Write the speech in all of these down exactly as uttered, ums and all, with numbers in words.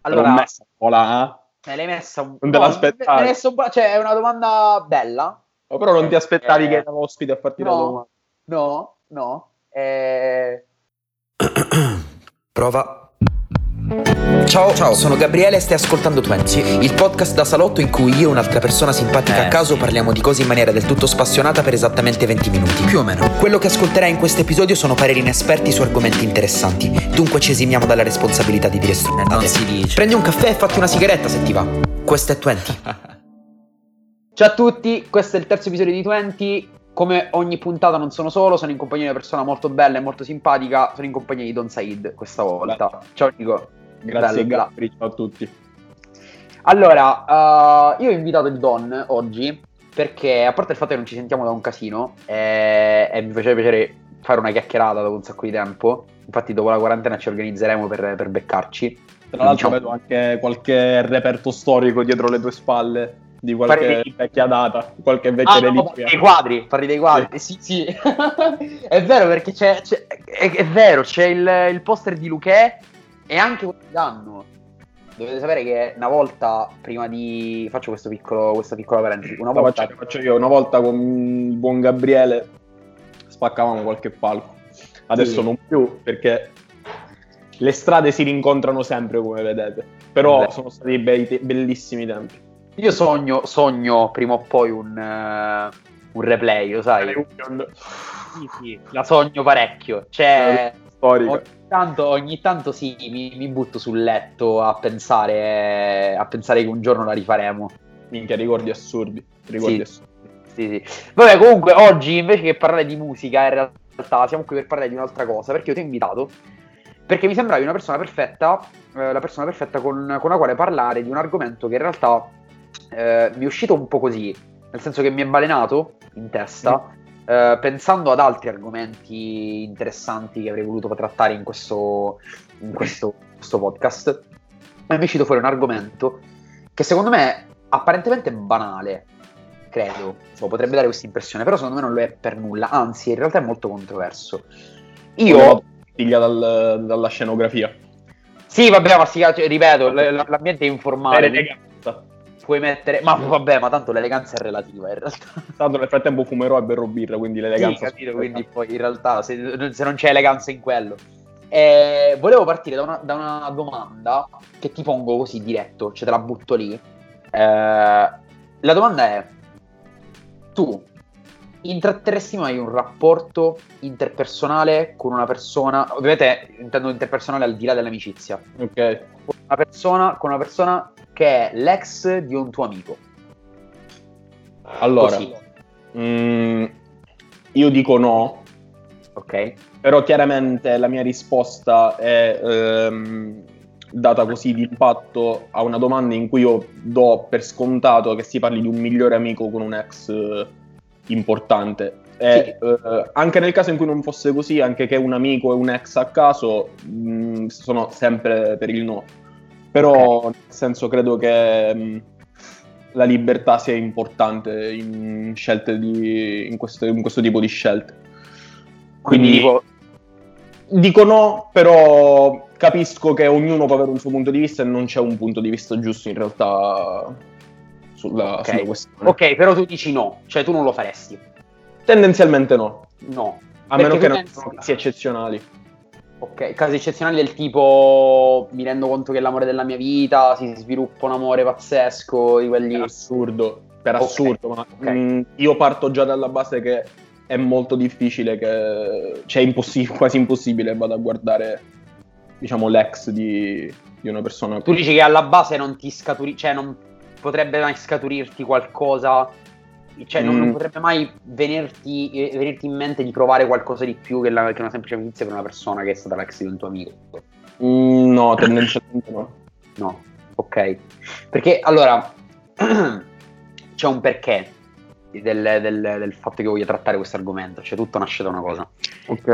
Allora, l'ho messa un po' là, me l'hai messa un non te no, l'aspettavi. me l'hai messa un po', cioè è una domanda bella. Oh, però non ti aspettavi Eh, che era l'ospite a farti la no, domanda. no, no. Eh, Prova. Ciao, ciao, sono Gabriele e stai ascoltando venti, il podcast da salotto in cui io e un'altra persona simpatica Eh, a caso sì. parliamo di cose in maniera del tutto spassionata per esattamente venti minuti, più o meno. Quello che ascolterai in questo episodio sono pareri inesperti su argomenti interessanti, dunque ci esimiamo dalla responsabilità di dire stronzate. non si dice. Prendi un caffè e fatti una sigaretta se ti va. Questo è venti. Ciao a tutti, questo è il terzo episodio di venti. Come ogni puntata non sono solo, sono in compagnia di una persona molto bella e molto simpatica. Sono in compagnia di Don Said questa volta. Ciao Nico. Grazie Bello, Gabri, ciao a tutti. Allora, uh, io ho invitato il Don oggi perché, a parte il fatto che non ci sentiamo da un casino e, e mi faceva piacere fare una chiacchierata dopo un sacco di tempo. Infatti dopo la quarantena ci organizzeremo per, per beccarci. Tra l'altro Diciamo- vedo anche qualche reperto storico dietro le tue spalle di qualche Fare dei- vecchia data, qualche vecchia Ah, no, reliquia. parli dei quadri, parli dei quadri, sì, sì. È vero perché c'è, c'è- è, è vero, c'è il, il poster di Luché e anche quello di Danno. Dovete sapere che una volta, prima di... faccio questo piccolo, questa piccola parentesi, una La volta... faccio, faccio io, una volta con il buon Gabriele spaccavamo qualche palco, adesso Sì. non più perché le strade si rincontrano sempre, come vedete, però Beh. sono stati bei te- bellissimi tempi. Io sogno, sogno prima o poi un, eh, un replay, lo sai? Sì, sì, la sogno parecchio. Cioè, Storica. ogni tanto, ogni tanto sì, mi, mi butto sul letto a pensare, a pensare che un giorno la rifaremo. Minchia, ricordi assurdi, ricordi Sì. assurdi. Sì, sì. Vabbè, comunque oggi invece che parlare di musica, in realtà siamo qui per parlare di un'altra cosa, perché io ti ho invitato perché mi sembravi una persona perfetta, eh, la persona perfetta con, con la quale parlare di un argomento che in realtà eh, mi è uscito un po' così, nel senso che mi è balenato in testa, eh, pensando ad altri argomenti interessanti che avrei voluto trattare in questo, in questo, questo podcast, e mi è uscito fuori un argomento che secondo me è apparentemente banale, credo, so, potrebbe dare questa impressione, però secondo me non lo è per nulla, anzi in realtà è molto controverso. Io... Figlia dal- dalla scenografia. Sì, vabbè, ma si, cioè, ripeto, l- l- l'ambiente è informale, Per quindi eleganza. puoi mettere... Ma vabbè, ma tanto l'eleganza è relativa in realtà. Tanto nel frattempo fumerò e berrò birra, quindi Sì, l'eleganza... capito, quindi poi in realtà se, se non c'è eleganza in quello. Eh, volevo partire da una, da una domanda che ti pongo così diretto, cioè te la butto lì. Eh, la domanda è: tu intratterresti mai un rapporto interpersonale con una persona, ovviamente intendo interpersonale al di là dell'amicizia, Ok. con una persona, con una persona che è l'ex di un tuo amico? Allora, Così. mm, io dico no, Ok? però chiaramente la mia risposta è ehm, data così di impatto a una domanda in cui io do per scontato che si parli di un migliore amico con un ex eh, importante. E Sì. eh, anche nel caso in cui non fosse così, anche che un amico e un ex a caso, mh, sono sempre per il no. Però nel senso credo che mh, la libertà sia importante in scelte di in questo, in questo tipo di scelte. Quindi Quindi dico, dico no, però capisco che ognuno può avere un suo punto di vista e non c'è un punto di vista giusto in realtà sulla, ok. sulla questione. Ok, però tu dici no, cioè tu non lo faresti. Tendenzialmente no, No. a Perché meno che tu non pensi- siano casi eccezionali. Ok, casi eccezionali del tipo mi rendo conto che è l'amore della mia vita, si sviluppa un amore pazzesco, di quelli... Per assurdo, per Ok, assurdo, ma ok. mh, io parto già dalla base che è molto difficile, che cioè è impossi- quasi impossibile vado a guardare, diciamo, l'ex di, di una persona. Tu dici che alla base non ti scaturi, cioè non potrebbe mai scaturirti qualcosa, cioè non, Mm. non potrebbe mai venirti, eh, venirti in mente di provare qualcosa di più che, la- che una semplice amicizia per una persona che è stata l'ex di un tuo amico. Mm, no, tendenzialmente no. No, ok. Perché allora c'è un perché del, del, del fatto che voglio trattare questo argomento, cioè tutto nasce da una cosa. Ok.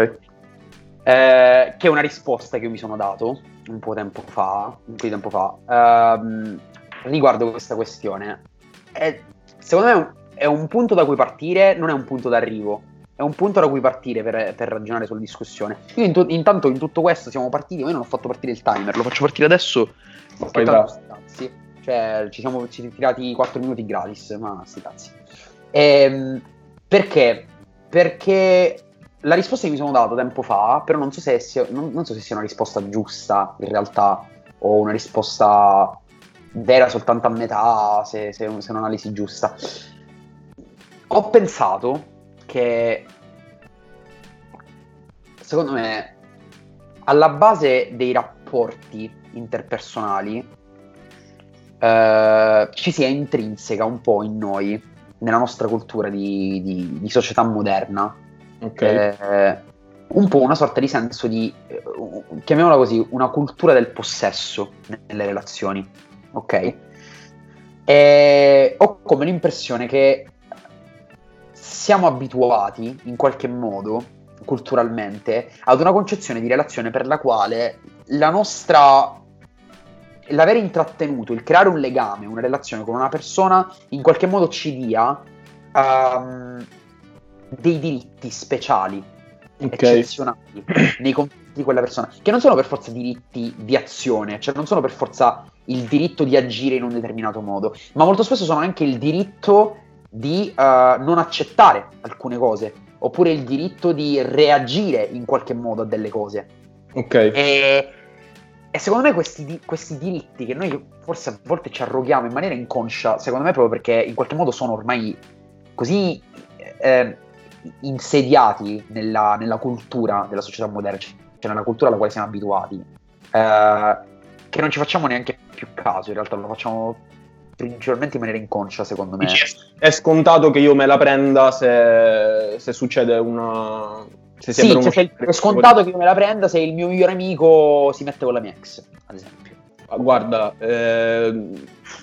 Eh, che è una risposta che io mi sono dato un po' tempo fa, un po' di tempo fa, ehm, riguardo questa questione. E secondo me è un, è un punto da cui partire, non è un punto d'arrivo. è un punto da cui partire per, per ragionare sulla discussione. Io in to- intanto in tutto questo siamo partiti, ma io non ho fatto partire il timer, lo faccio partire adesso. Fai tanto, cazzi. Cioè, ci siamo ci siamo tirati quattro minuti gratis, ma sti cazzi. Ehm, perché? Perché la risposta che mi sono dato tempo fa, però non so se sia, non, non so se sia una risposta giusta in realtà, o una risposta vera soltanto a metà, se, se, se è un'analisi giusta. Ho pensato che, secondo me, alla base dei rapporti interpersonali eh, ci sia intrinseca un po' in noi, nella nostra cultura di, di, di società moderna, okay. eh, un po' una sorta di senso di, eh, chiamiamola così, una cultura del possesso nelle relazioni, ok? E ho come l'impressione che siamo abituati in qualche modo culturalmente ad una concezione di relazione per la quale la nostra l'aver intrattenuto, il creare un legame, una relazione con una persona in qualche modo ci dia um, dei diritti speciali, okay, eccezionali nei confronti di quella persona, che non sono per forza diritti di azione, cioè non sono per forza il diritto di agire in un determinato modo, ma molto spesso sono anche il diritto di uh, non accettare alcune cose, oppure il diritto di reagire in qualche modo a delle cose. Ok. E, e secondo me questi, di, questi diritti che noi forse a volte ci arroghiamo in maniera inconscia, secondo me proprio perché in qualche modo sono ormai così eh, insediati nella, nella cultura della società moderna, cioè nella cultura alla quale siamo abituati, eh, che non ci facciamo neanche più caso, in realtà lo facciamo principalmente in maniera inconscia, secondo me. È scontato che io me la prenda se, se succede una... Se sì, cioè, se è scontato che io me la prenda se il mio migliore amico si mette con la mia ex, ad esempio. Guarda, eh,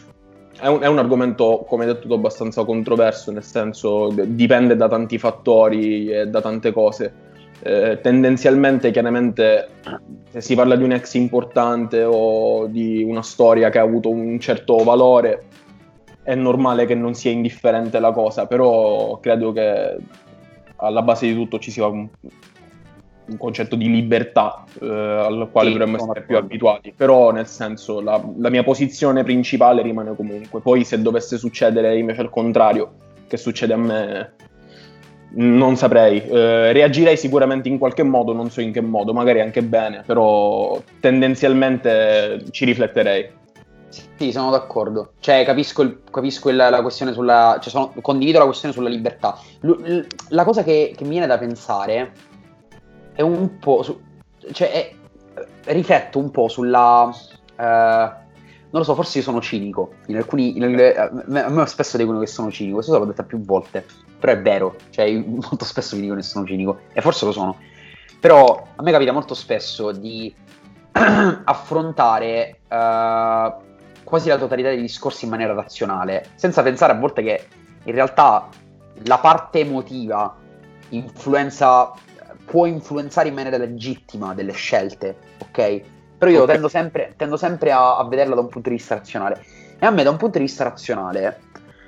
è, un, è un argomento, come hai detto tu, abbastanza controverso, nel senso dipende da tanti fattori e da tante cose. Eh, tendenzialmente, chiaramente, se si parla di un ex importante o di una storia che ha avuto un certo valore, è normale che non sia indifferente la cosa, però credo che alla base di tutto ci sia un, un concetto di libertà eh, al quale sì, dovremmo essere più abituati, però nel senso la, la mia posizione principale rimane comunque. Poi se dovesse succedere invece al contrario, che succede a me, non saprei, eh, reagirei sicuramente in qualche modo, non so in che modo, magari anche bene, però tendenzialmente ci rifletterei. Sì, sono d'accordo, cioè capisco, il, capisco il, la questione sulla, cioè sono, condivido la questione sulla libertà. L, l, la cosa che, che mi viene da pensare è un po', su, cioè è, rifletto un po' sulla, eh, non lo so, forse io sono cinico, in alcuni, in, a me spesso dicono che sono cinico, questo l'ho detto più volte, però è vero, cioè molto spesso mi dicono che sono cinico, e forse lo sono, però a me capita molto spesso di affrontare uh, quasi la totalità dei discorsi in maniera razionale, senza pensare a volte che in realtà la parte emotiva influenza, può influenzare in maniera legittima delle scelte, ok? Però io okay. tendo sempre, tendo sempre a, a vederla da un punto di vista razionale, e a me da un punto di vista razionale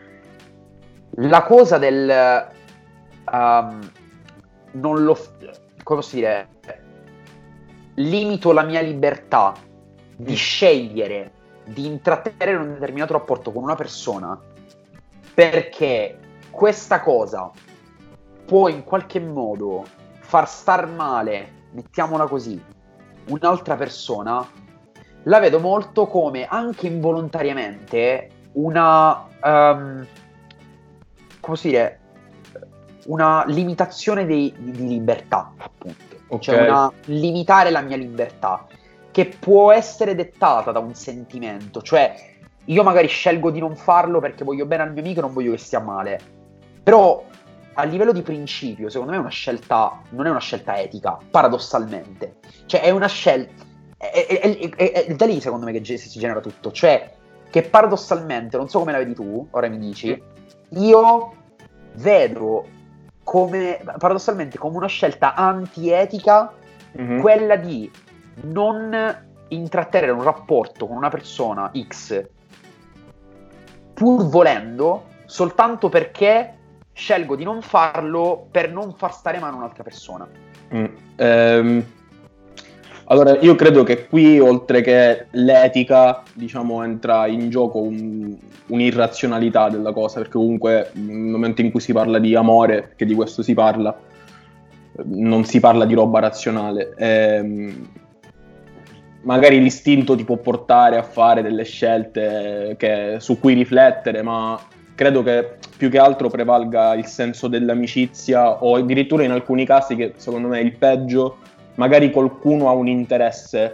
la cosa del um, non lo, come posso dire, limito la mia libertà di scegliere di intrattenere un determinato rapporto con una persona perché questa cosa può in qualche modo far star male, mettiamola così, un'altra persona, la vedo molto come anche involontariamente una um, come si dire, una limitazione di, di libertà, appunto, okay. Cioè una limitare la mia libertà, che può essere dettata da un sentimento, cioè io magari scelgo di non farlo perché voglio bene al mio amico e non voglio che stia male, però a livello di principio secondo me è una scelta, non è una scelta etica, paradossalmente, cioè è una scelta, è, è, è, è, è da lì secondo me che si genera tutto, cioè che paradossalmente, non so come la vedi tu, ora mi dici, io vedo come paradossalmente come una scelta antietica mm-hmm. quella di non intrattenere un rapporto con una persona X pur volendo, soltanto perché scelgo di non farlo per non far stare male un'altra persona. Mm. Ehm, allora, io credo che qui, oltre che l'etica, diciamo, entra in gioco un, un'irrazionalità della cosa, perché comunque nel momento in cui si parla di amore, perché di questo si parla, non si parla di roba razionale. Ehm, magari l'istinto ti può portare a fare delle scelte che, su cui riflettere, ma credo che più che altro prevalga il senso dell'amicizia, o addirittura in alcuni casi, che secondo me è il peggio, magari qualcuno ha un interesse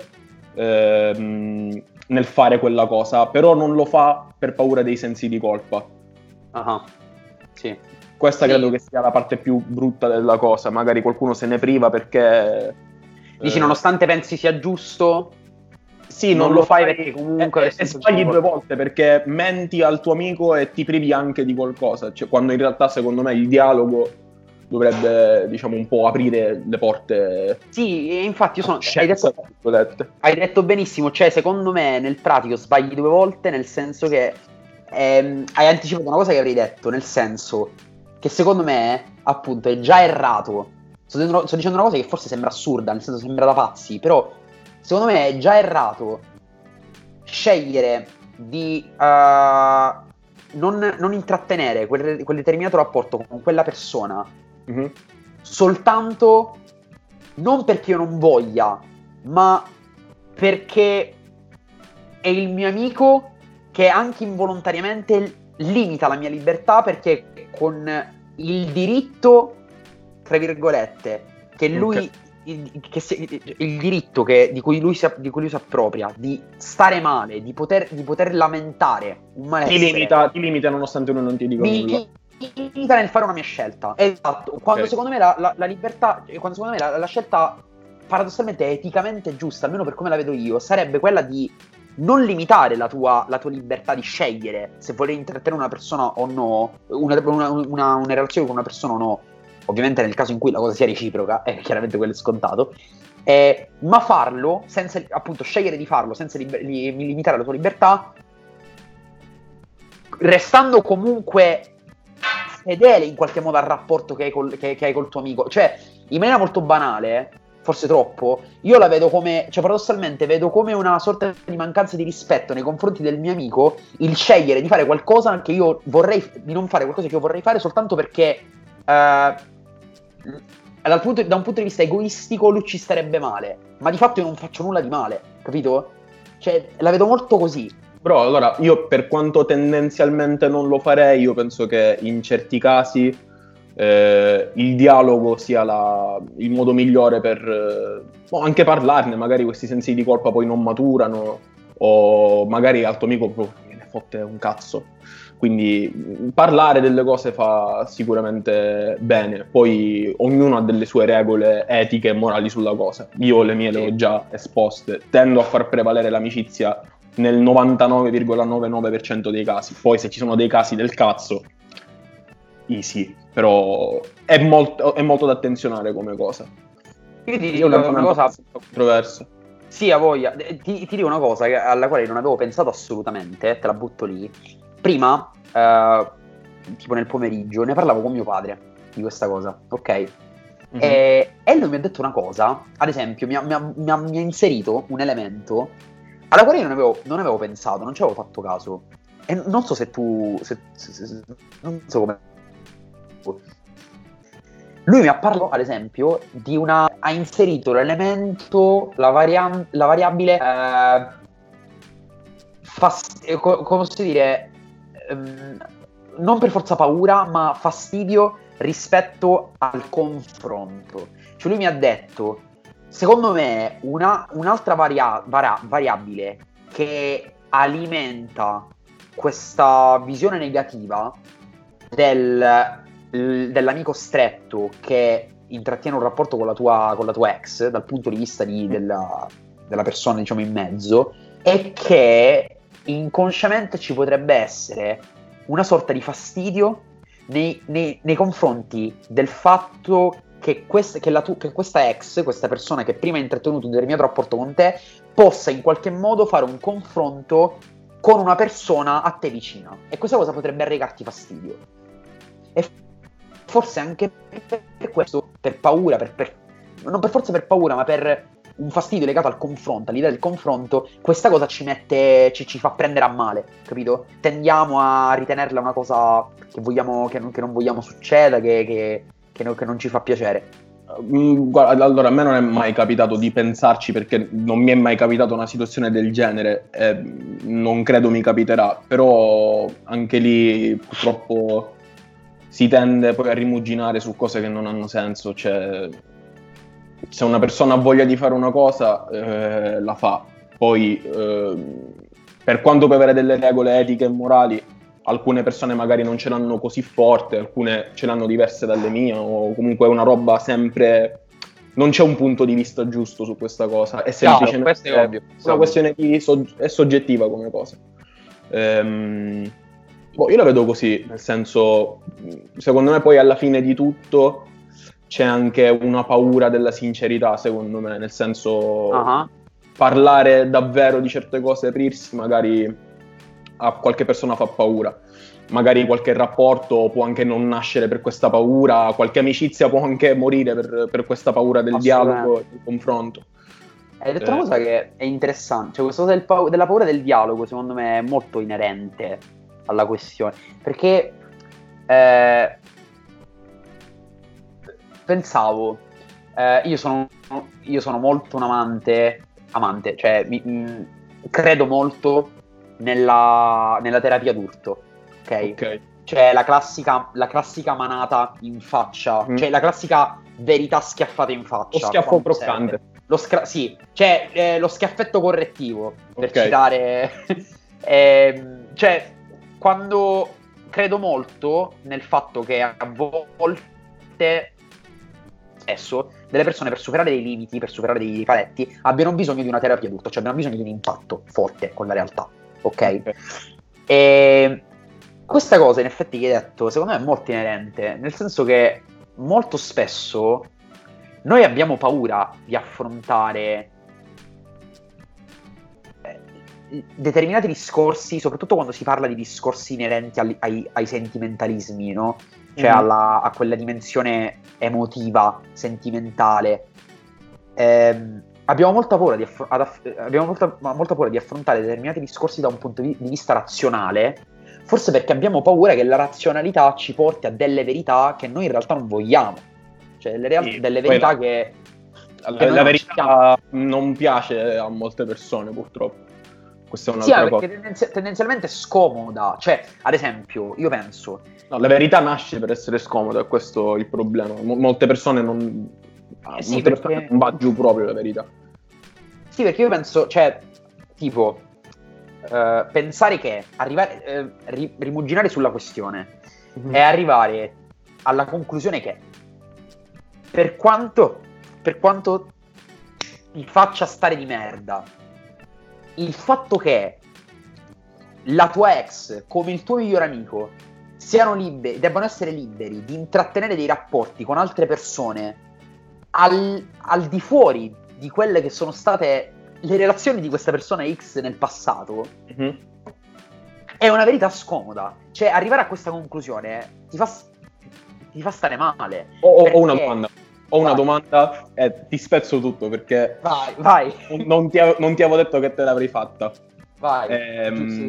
ehm, nel fare quella cosa, però non lo fa per paura dei sensi di colpa. Ah, sì. Questa sì. credo che sia la parte più brutta della cosa, magari qualcuno se ne priva perché... Dici, eh, nonostante pensi sia giusto... Sì, non, non lo lo fai fai perché comunque... E, e sbagli due volte, perché menti al tuo amico e ti privi anche di qualcosa, cioè, quando in realtà secondo me il dialogo dovrebbe, diciamo, un po' aprire le porte. Sì, e infatti io sono... Hai Scienza, detto, hai detto benissimo, cioè secondo me nel pratico sbagli due volte, nel senso che ehm, hai anticipato una cosa che avrei detto, nel senso che secondo me appunto è già errato. Sto dicendo, sto dicendo una cosa che forse sembra assurda, nel senso sembra da pazzi, però secondo me è già errato scegliere di uh, non, non intrattenere quel, quel determinato rapporto con quella persona mm-hmm. soltanto non perché io non voglia, ma perché è il mio amico che anche involontariamente limita la mia libertà, perché con il diritto, tra virgolette, che lui... Okay. Il, che si, il diritto che, di, cui lui si, di cui lui si appropria, di stare male, di poter, di poter lamentare un malessere, ti limita, ti limita nonostante uno non ti dica mi, nulla. Mi limita nel fare una mia scelta. Esatto. Quando okay. secondo me la, la, la libertà, quando secondo me la, la scelta paradossalmente eticamente giusta, almeno per come la vedo io, sarebbe quella di non limitare la tua, la tua libertà di scegliere se voler intrattenere una persona o no, una, una, una, una relazione con una persona o no. Ovviamente nel caso in cui la cosa sia reciproca, è eh, chiaramente quello è scontato, eh, ma farlo, senza appunto scegliere di farlo, senza liber- li- limitare la tua libertà, restando comunque fedele in qualche modo al rapporto che hai col, che, che hai col tuo amico. Cioè, in maniera molto banale, forse troppo, io la vedo come, cioè paradossalmente vedo come una sorta di mancanza di rispetto nei confronti del mio amico il scegliere di fare qualcosa che io vorrei, di non fare qualcosa che io vorrei fare soltanto perché... Uh, Dal punto, da un punto di vista egoistico lui ci starebbe male, ma di fatto io non faccio nulla di male, capito? Cioè la vedo molto così. Però allora io, per quanto tendenzialmente non lo farei, io penso che in certi casi eh, il dialogo sia la, il modo migliore per eh, anche parlarne. Magari questi sensi di colpa poi non maturano, o magari al tuo amico proprio ne fotte un cazzo. Quindi parlare delle cose fa sicuramente bene. Poi ognuno ha delle sue regole etiche e morali sulla cosa. Io le mie le ho già esposte. Tendo a far prevalere l'amicizia nel novantanove virgola novantanove per cento dei casi. Poi se ci sono dei casi del cazzo, easy. Però è molto, è molto da attenzionare come cosa. Io ti dico una cosa controversa. Sì, a voglia. Ti, ti dico una cosa alla quale non avevo pensato assolutamente, te la butto lì. Prima, eh, tipo nel pomeriggio, ne parlavo con mio padre di questa cosa, ok? Mm-hmm. E, e lui mi ha detto una cosa, ad esempio, mi ha, mi ha, mi ha, mi ha inserito un elemento alla quale io non avevo, non avevo pensato, non ci avevo fatto caso. E non so se tu... Se, se, se, non so come... Lui mi ha parlato, ad esempio, di una... ha inserito l'elemento, la, varian, la variabile... Eh, fast, eh, co, come posso dire... non per forza paura, ma fastidio rispetto al confronto. Cioè lui mi ha detto, secondo me una, un'altra varia, varia, variabile che alimenta questa visione negativa del, dell'amico stretto che intrattiene un rapporto con la tua, con la tua ex, dal punto di vista di, della, della persona, diciamo, in mezzo, è che inconsciamente ci potrebbe essere una sorta di fastidio nei, nei, nei confronti del fatto che, quest, che, la tu, che questa ex, questa persona che prima ha intrattenuto un determinato rapporto con te, possa in qualche modo fare un confronto con una persona a te vicina, e questa cosa potrebbe arrecarti fastidio. E forse anche per questo, per paura, per, per, non per forza per paura, ma per un fastidio legato al confronto, all'idea del confronto, questa cosa ci mette, ci, ci fa prendere a male, capito? Tendiamo a ritenerla una cosa che vogliamo, che non, che non vogliamo succeda, che, che, che, non, che non ci fa piacere. Mm, guarda, allora a me non è mai capitato di pensarci, perché non mi è mai capitata una situazione del genere, eh, non credo mi capiterà, però anche lì purtroppo si tende poi a rimuginare su cose che non hanno senso. Cioè, se una persona ha voglia di fare una cosa, eh, la fa. Poi, eh, per quanto puoi avere delle regole etiche e morali, alcune persone magari non ce l'hanno così forte, alcune ce l'hanno diverse dalle mie, o comunque è una roba sempre... Non c'è un punto di vista giusto su questa cosa, è semplicemente questo è ovvio, una ovvio. Questione di so- è soggettiva come cosa. Ehm, boh, io la vedo così, nel senso, secondo me poi alla fine di tutto c'è anche una paura della sincerità, secondo me, nel senso uh-huh. parlare davvero di certe cose, aprirsi, magari a qualche persona fa paura, magari qualche rapporto può anche non nascere per questa paura, qualche amicizia può anche morire per, per questa paura del dialogo e del confronto. Hai detto eh. una cosa che è interessante, cioè questa cosa del pa- della paura del dialogo secondo me è molto inerente alla questione, perché eh, pensavo, eh, io sono io sono molto un amante, amante, cioè mi, mh, credo molto nella, nella terapia d'urto, ok? Ok. Cioè la classica, la classica manata in faccia, mm. cioè la classica verità schiaffata in faccia. Lo schiaffo croccante. Lo scra- sì, cioè eh, lo schiaffetto correttivo, per okay. citare. eh, cioè, quando credo molto nel fatto che a volte, spesso, delle persone per superare dei limiti, per superare dei paletti, abbiano bisogno di una terapia d'urto, cioè abbiano bisogno di un impatto forte con la realtà, ok? okay. E questa cosa, in effetti, che hai detto, secondo me è molto inerente, nel senso che molto spesso noi abbiamo paura di affrontare determinati discorsi, soprattutto quando si parla di discorsi inerenti ai, ai, ai sentimentalismi, no? Cioè mm-hmm. alla, a quella dimensione emotiva, sentimentale. Eh, abbiamo molta paura di aff- aff- abbiamo molta, molta paura di affrontare determinati discorsi da un punto di vista razionale, forse perché abbiamo paura che la razionalità ci porti a delle verità che noi in realtà non vogliamo. Cioè delle, real- sì, delle verità la, che, la, che la verità non piace a molte persone, purtroppo. Questa è un'altra sì, cosa. perché tendenzi- tendenzialmente è scomoda. Cioè, ad esempio, io penso no, la verità nasce per essere scomoda, è questo il problema. M- molte persone non eh sì, molte perché... persone non va giù proprio la verità. Sì, perché io penso, cioè, tipo uh, pensare che arrivare uh, ri- rimuginare sulla questione mm-hmm. è arrivare alla conclusione che per quanto per quanto ti faccia stare di merda il fatto che la tua ex come il tuo miglior amico siano liberi, debbano essere liberi di intrattenere dei rapporti con altre persone al, al di fuori di quelle che sono state le relazioni di questa persona X nel passato, mm-hmm. è una verità scomoda. Cioè arrivare a questa conclusione ti fa, ti fa stare male. Ho, perché... ho una domanda Ho una vai. domanda e eh, ti spezzo tutto perché vai, vai. Non, ti, non ti avevo detto che te l'avrei fatta. Vai. Ehm, sì.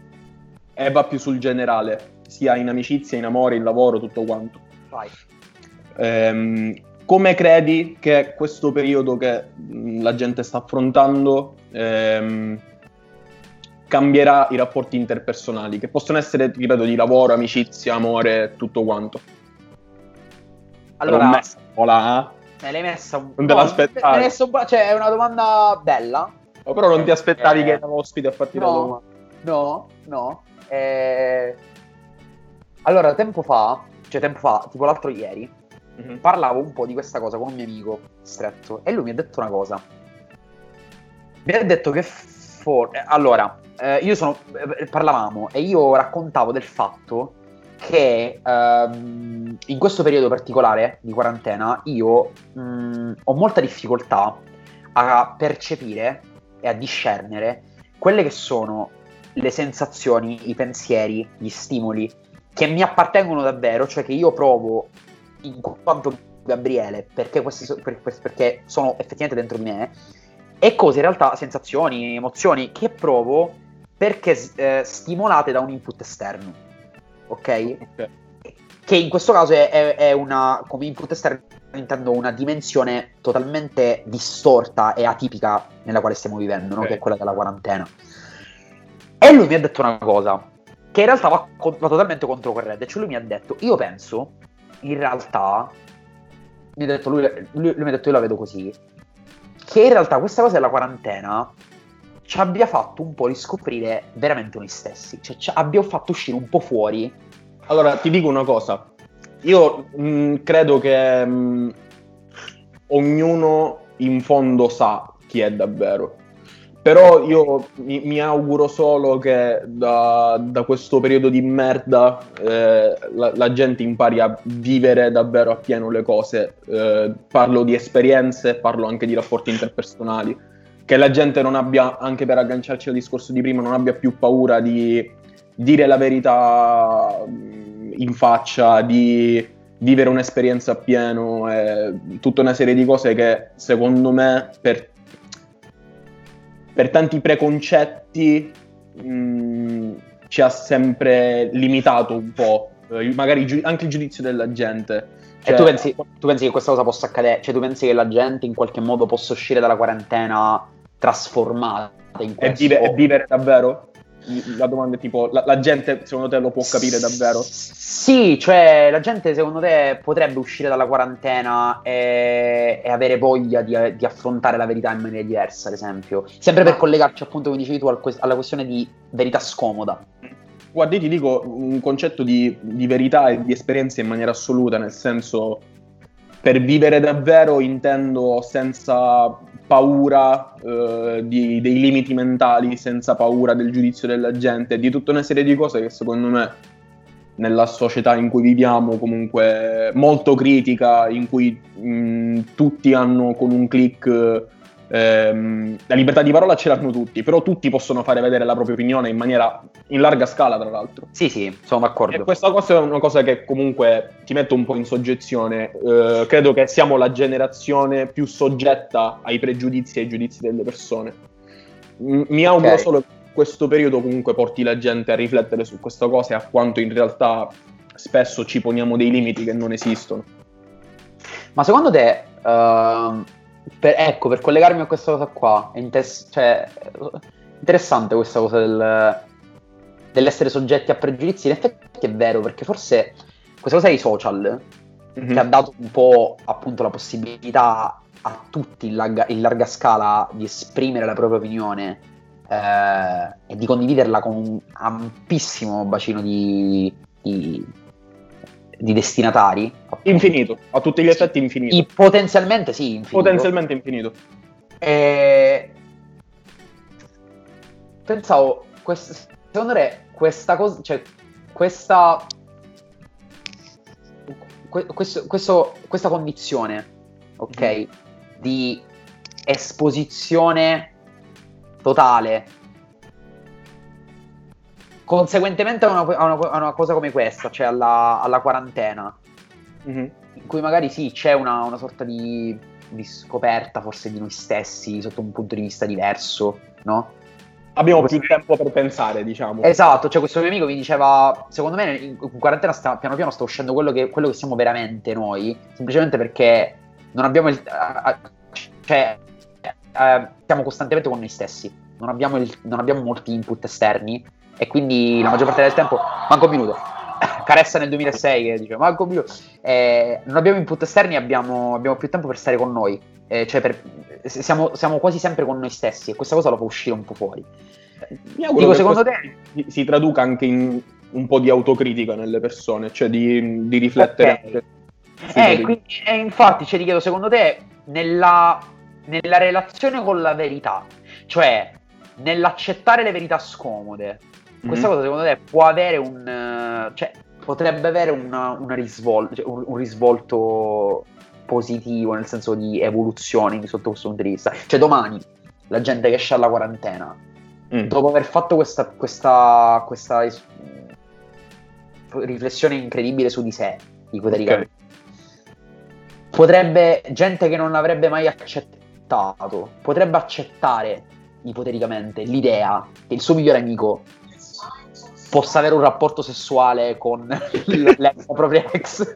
E va più sul generale, sia in amicizia, in amore, in lavoro, tutto quanto. Vai. Ehm, come credi che questo periodo che mh, la gente sta affrontando ehm, cambierà i rapporti interpersonali, che possono essere, ripeto, di lavoro, amicizia, amore, tutto quanto? Allora, messa un po' là, eh? Me l'hai messa un po'. Non te l'aspettavi. Me messo un po', cioè è una domanda bella. Oh, però non eh, ti aspettavi eh, che era ospite a farti no, la domanda. No, no. Eh... Allora, tempo fa, cioè tempo fa, tipo l'altro ieri, mm-hmm. parlavo un po' di questa cosa con un mio amico stretto e lui mi ha detto una cosa. Mi ha detto che for... allora, eh, io sono parlavamo e io raccontavo del fatto che um, in questo periodo particolare di quarantena io um, ho molta difficoltà a percepire e a discernere quelle che sono le sensazioni, i pensieri, gli stimoli che mi appartengono davvero, cioè che io provo in quanto Gabriele, perché, queste, per, perché sono effettivamente dentro di me, e cose in realtà, sensazioni, emozioni che provo perché eh, stimolate da un input esterno, ok? Ok. Che in questo caso è, è, è una, come input esterno intendo una dimensione totalmente distorta e atipica nella quale stiamo vivendo, no? Ok. Che è quella della quarantena. E lui mi ha detto una cosa che in realtà va, va totalmente controcorrente, cioè lui mi ha detto, io penso, in realtà, mi ha detto, lui, lui, lui mi ha detto, io la vedo così, che in realtà questa cosa della quarantena ci abbia fatto un po' riscoprire veramente noi stessi, cioè ci abbia fatto uscire un po' fuori. Allora, ti dico una cosa. Io mh, credo che mh, ognuno in fondo sa chi è davvero. Però io mi, mi auguro solo che da, da questo periodo di merda eh, la, la gente impari a vivere davvero appieno le cose. Eh, parlo di esperienze, parlo anche di rapporti interpersonali. Che la gente non abbia, anche per agganciarci al discorso di prima, non abbia più paura di dire la verità in faccia, di vivere un'esperienza appieno, e tutta una serie di cose che secondo me per per tanti preconcetti mh, ci ha sempre limitato un po', eh, magari giu- anche il giudizio della gente. Cioè, e tu pensi, tu pensi che questa cosa possa accadere? Cioè tu pensi che la gente in qualche modo possa uscire dalla quarantena trasformata in e, questo? vive- e vivere davvero? La domanda è tipo, la, la gente secondo te lo può capire davvero? Sì, cioè la gente secondo te potrebbe uscire dalla quarantena e, e avere voglia di, di affrontare la verità in maniera diversa, ad esempio. Sempre per collegarci appunto, come dicevi tu, al, alla questione di verità scomoda. Guarda, io ti dico un concetto di, di verità e di esperienza in maniera assoluta, nel senso, per vivere davvero intendo senza paura eh, di, dei limiti mentali, senza paura del giudizio della gente, di tutta una serie di cose che secondo me nella società in cui viviamo, comunque molto critica, in cui mh, tutti hanno con un click ehm, la libertà di parola, ce l'hanno tutti, però tutti possono fare vedere la propria opinione in maniera in larga scala, tra l'altro. Sì, sì, sono d'accordo. E questa cosa è una cosa che comunque ti mette un po' in soggezione. Eh, credo che siamo la generazione più soggetta ai pregiudizi e ai giudizi delle persone. M- mi auguro Ok. solo che questo periodo comunque porti la gente a riflettere su questa cosa e a quanto in realtà spesso ci poniamo dei limiti che non esistono. Ma secondo te, uh, per, ecco, per collegarmi a questa cosa qua, è inter- cioè, interessante questa cosa del, dell'essere soggetti a pregiudizi. In effetti è vero, perché forse questa cosa dei social, Mm-hmm. che ha dato un po' appunto la possibilità a tutti in larga, in larga scala di esprimere la propria opinione eh, e di condividerla con un ampissimo bacino di, di, di destinatari. Appunto. Infinito, a tutti gli effetti infinito. I, potenzialmente sì, infinito. Potenzialmente infinito. E... Pensavo, quest- secondo te questa cosa, cioè questa... Questo, questo, questa condizione, ok, mm-hmm. di esposizione totale, conseguentemente a una, a una, a una cosa come questa, cioè alla, alla quarantena, mm-hmm. in cui magari sì, c'è una, una sorta di, di scoperta forse di noi stessi sotto un punto di vista diverso, no? Abbiamo più tempo per pensare, diciamo. Esatto, cioè questo mio amico mi diceva, secondo me in quarantena sta, piano piano sta uscendo quello che, quello che siamo veramente noi, semplicemente perché non abbiamo il... cioè eh, siamo costantemente con noi stessi, non abbiamo, il, non abbiamo molti input esterni e quindi la maggior parte del tempo, manco un minuto, Caressa nel duemilasei che dice manco un minuto, eh, non abbiamo input esterni, abbiamo, abbiamo più tempo per stare con noi, eh, cioè per, siamo, siamo quasi sempre con noi stessi e questa cosa la fa uscire un po' fuori. Mi auguro Dico, che secondo te si, si traduca anche in un po' di autocritica nelle persone, cioè di, di riflettere. Okay. Eh, quindi, eh, infatti, cioè, ti chiedo, secondo te, nella, nella relazione con la verità, cioè nell'accettare le verità scomode, mm-hmm. questa cosa secondo te può avere un, cioè potrebbe avere una, una risvol- cioè, un, un risvolto positivo, nel senso di evoluzione sotto questo punto di vista? Cioè domani la gente che esce alla quarantena, mm. dopo aver fatto questa, questa, questa riflessione incredibile su di sé, ipoteticamente, okay. potrebbe, gente che non avrebbe mai accettato, potrebbe accettare ipoteticamente l'idea che il suo migliore amico possa avere un rapporto sessuale con l'ex, la propria ex.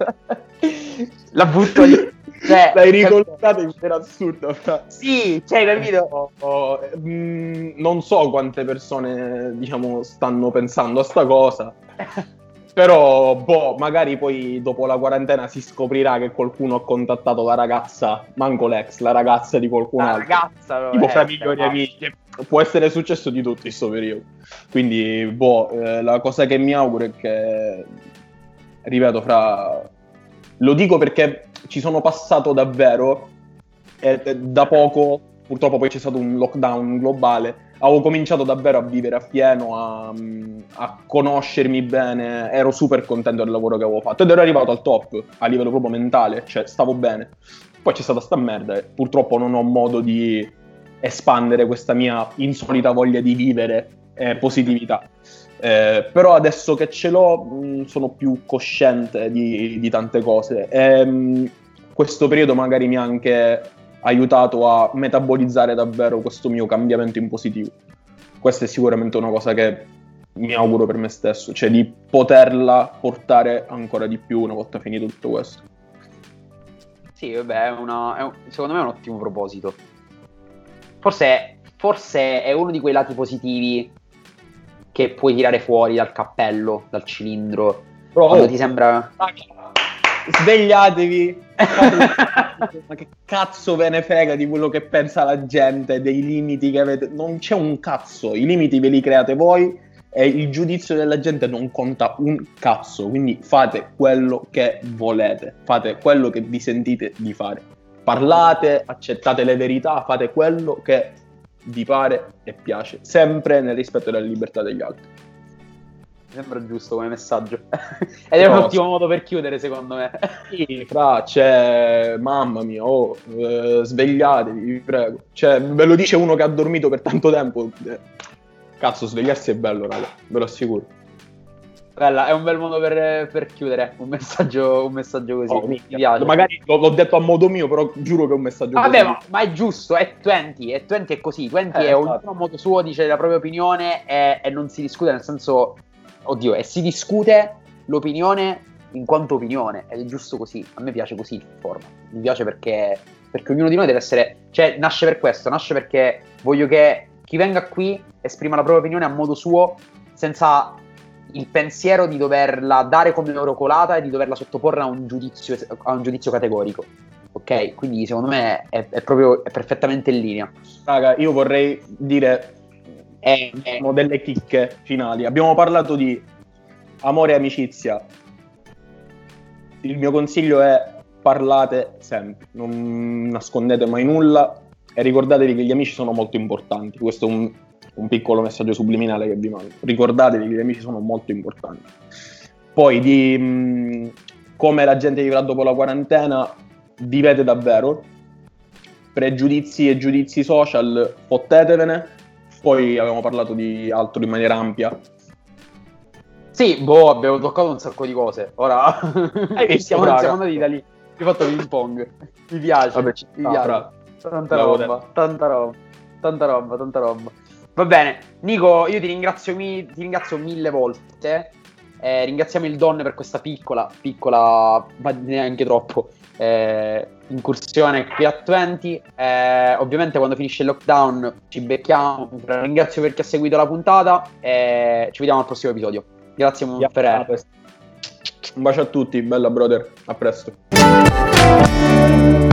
La butto lì. Cioè, l'hai ricollegata in maniera assurda. Fra. Sì, cioè, capito? Oh, oh, mh, non so quante persone, diciamo, stanno pensando a sta cosa. Però, boh, magari poi dopo la quarantena si scoprirà che qualcuno ha contattato la ragazza, manco l'ex, la ragazza di qualcun La altro. ragazza, tipo eh, fra migliori ma... amici. Può essere successo di tutto in sto periodo. Quindi, boh, eh, la cosa che mi auguro è che, ripeto, fra... Lo dico perché ci sono passato davvero, e, e da poco, purtroppo poi c'è stato un lockdown globale, avevo cominciato davvero a vivere appieno, a, a conoscermi bene, ero super contento del lavoro che avevo fatto ed ero arrivato al top a livello proprio mentale, cioè stavo bene. Poi c'è stata sta merda e purtroppo non ho modo di espandere questa mia insolita voglia di vivere e positività. Eh, però adesso che ce l'ho mh, sono più cosciente di, di tante cose e mh, questo periodo magari mi ha anche aiutato a metabolizzare davvero questo mio cambiamento in positivo. Questa è sicuramente una cosa che mi auguro per me stesso, cioè di poterla portare ancora di più una volta finito tutto questo. Sì, vabbè, è una, è un, secondo me è un ottimo proposito. Forse, forse è uno di quei lati positivi che puoi tirare fuori dal cappello, dal cilindro, Però, quando oh, ti sembra... Svegliatevi! Ma che cazzo ve ne frega di quello che pensa la gente, dei limiti che avete? Non c'è un cazzo, i limiti ve li create voi e il giudizio della gente non conta un cazzo, quindi fate quello che volete, fate quello che vi sentite di fare. Parlate, accettate le verità, fate quello che vi pare e piace, sempre nel rispetto della libertà degli altri. Mi sembra giusto come messaggio. Ed è un Cosa? ottimo modo per chiudere, secondo me. Sì, fra, c'è, mamma mia, oh, eh, svegliatevi, vi prego. Cioè, ve lo dice uno che ha dormito per tanto tempo. Eh, cazzo, svegliarsi è bello, raga, ve lo assicuro. Bella, è un bel modo per, per chiudere, un messaggio, un messaggio così. Oh, mi piace. Magari l- l'ho detto a modo mio, però giuro che è un messaggio Vabbè, così. ma, ma è giusto, è venti, è venti è così. venti Eh, è ognuno esatto. a modo suo, dice la propria opinione e, e non si discute, nel senso, oddio, e si discute l'opinione in quanto opinione, ed è giusto così. A me piace così il format, mi piace perché, perché ognuno di noi deve essere, cioè nasce per questo, nasce perché voglio che chi venga qui esprima la propria opinione a modo suo, senza il pensiero di doverla dare come orocolata e di doverla sottoporre a un giudizio, a un giudizio categorico. Ok, quindi secondo me è, è proprio è perfettamente in linea. Raga, io vorrei dire È, diciamo, delle chicche finali. Abbiamo parlato di amore e amicizia. Il mio consiglio è parlate sempre, non nascondete mai nulla e ricordatevi che gli amici sono molto importanti. Questo è un, un piccolo messaggio subliminale che vi mando. Ricordatevi che gli amici sono molto importanti. Poi di mh, come la gente vivrà dopo la quarantena vivete davvero. Pregiudizi e giudizi social, fottetevene. Poi abbiamo parlato di altro in maniera ampia. Sì, boh, abbiamo toccato un sacco di cose. Ora Hai visto, siamo, raga? siamo andati da lì. Ho fatto ping pong. Mi piace. Vabbè, ci mi sta, piace. bravo. Tanta Bravo roba, te. tanta roba, tanta roba, tanta roba. Va bene, Nico, io ti ringrazio, mi, ti ringrazio mille volte. Eh, ringraziamo il Don per questa piccola, piccola, ma neanche troppo, eh, incursione qui a venti. Eh, ovviamente quando finisce il lockdown ci becchiamo. Ringrazio per chi ha seguito la puntata e ci vediamo al prossimo episodio. Grazie Monferrer. Un bacio a tutti, bella brother, a presto.